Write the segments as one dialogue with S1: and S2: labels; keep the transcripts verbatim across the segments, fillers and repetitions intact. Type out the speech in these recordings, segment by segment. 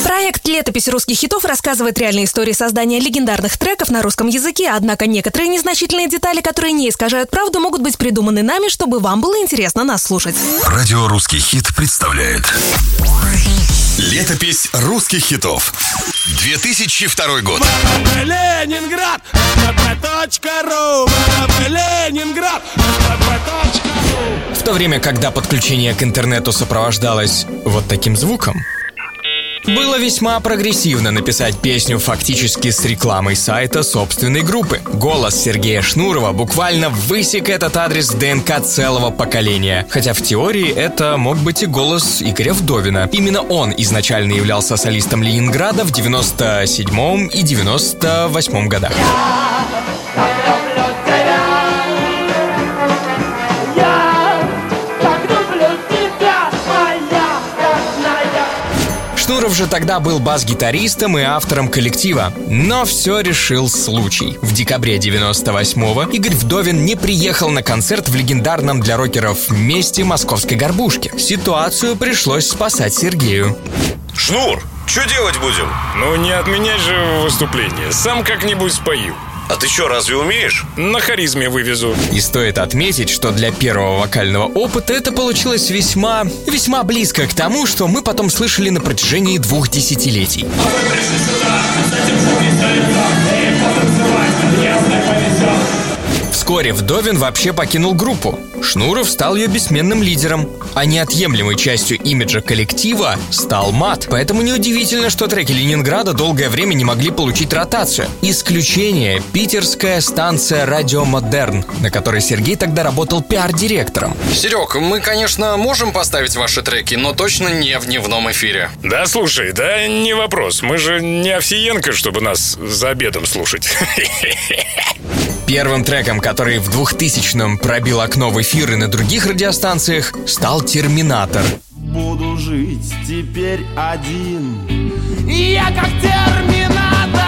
S1: Проект «Летопись русских хитов» рассказывает реальные истории создания легендарных треков на русском языке, однако некоторые незначительные детали, которые не искажают правду, могут быть придуманы нами, чтобы вам было интересно нас слушать.
S2: Радио «Русский хит» представляет «Летопись русских хитов». две тысячи второй год.
S3: Ленинград, ру, Ленинград, ру.
S4: В то время, когда подключение к интернету сопровождалось вот таким звуком, было весьма прогрессивно написать песню фактически с рекламой сайта собственной группы. Голос Сергея Шнурова буквально высек этот адрес в ДНК целого поколения. Хотя в теории это мог быть и голос Игоря Вдовина. Именно он изначально являлся солистом Ленинграда в девяносто седьмом и девяносто восьмом годах. Шнуров же тогда был бас-гитаристом и автором коллектива. Но все решил случай. В декабре девяносто восьмого Игорь Вдовин не приехал на концерт в легендарном для рокеров месте Московской Горбушки. Ситуацию пришлось спасать Сергею.
S5: Шнур, что делать будем?
S6: Ну не отменять же выступление. Сам как-нибудь спою.
S5: А ты что, разве умеешь?
S6: На харизме вывезу.
S4: И стоит отметить, что для первого вокального опыта это получилось весьма, весьма близко к тому, что мы потом слышали на протяжении двух десятилетий. Вскоре Вдовин вообще покинул группу. Шнуров стал ее бессменным лидером, а неотъемлемой частью имиджа коллектива стал мат. Поэтому неудивительно, что треки Ленинграда долгое время не могли получить ротацию. Исключение – питерская станция «Радио Модерн», на которой Сергей тогда работал пиар-директором.
S7: Серег, мы, конечно, можем поставить ваши треки, но точно не в дневном эфире.
S6: Да, слушай, да не вопрос. Мы же не Овсиенко, чтобы нас за обедом слушать.
S4: Первым треком, который в двухтысячном пробил окно в эфиры на других радиостанциях, стал «Терминатор».
S3: Буду жить теперь один. Я как терминатор.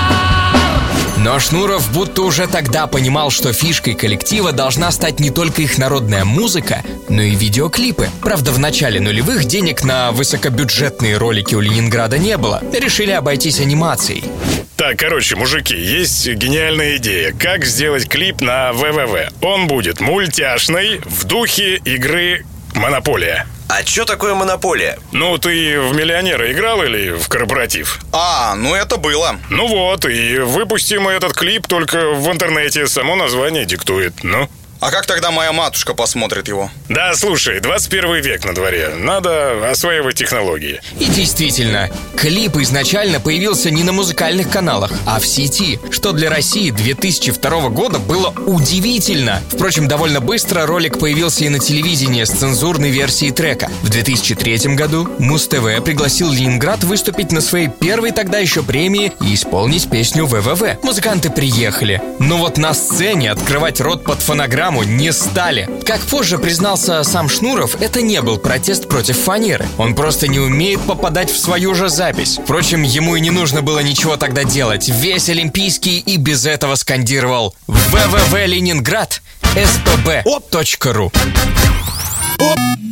S4: Но Шнуров будто уже тогда понимал, что фишкой коллектива должна стать не только их народная музыка, но и видеоклипы. Правда, в начале нулевых денег на высокобюджетные ролики у Ленинграда не было. Решили обойтись анимацией.
S6: Так, короче, мужики, есть гениальная идея. Как сделать клип на вэ вэ вэ? Он будет мультяшный, в духе игры «Монополия».
S5: А что такое монополия?
S6: Ну, ты в «Миллионера» играл или в «Корпоратив»?
S7: А, ну это было.
S6: Ну вот, и выпустим этот клип только в интернете. Само название диктует, ну.
S7: А как тогда моя матушка посмотрит его?
S6: Да, слушай, двадцать первый век на дворе. Надо осваивать технологии.
S4: И действительно, клип изначально появился не на музыкальных каналах, а в сети, что для России две тысячи второго года было удивительно. Впрочем, довольно быстро ролик появился и на телевидении с цензурной версией трека. В две тысячи третьем году Муз-ТВ пригласил Ленинград выступить на своей первой тогда еще премии и исполнить песню вэ вэ вэ. Музыканты приехали, но вот на сцене открывать рот под фонограмму не стали. Как позже признался сам Шнуров, это не был протест против фанеры. Он просто не умеет попадать в свою же запись. Впрочем, ему и не нужно было ничего тогда делать. Весь Олимпийский и без этого скандировал вэ вэ вэ Ленинград эс пэ бэ точка ру.
S3: Оп!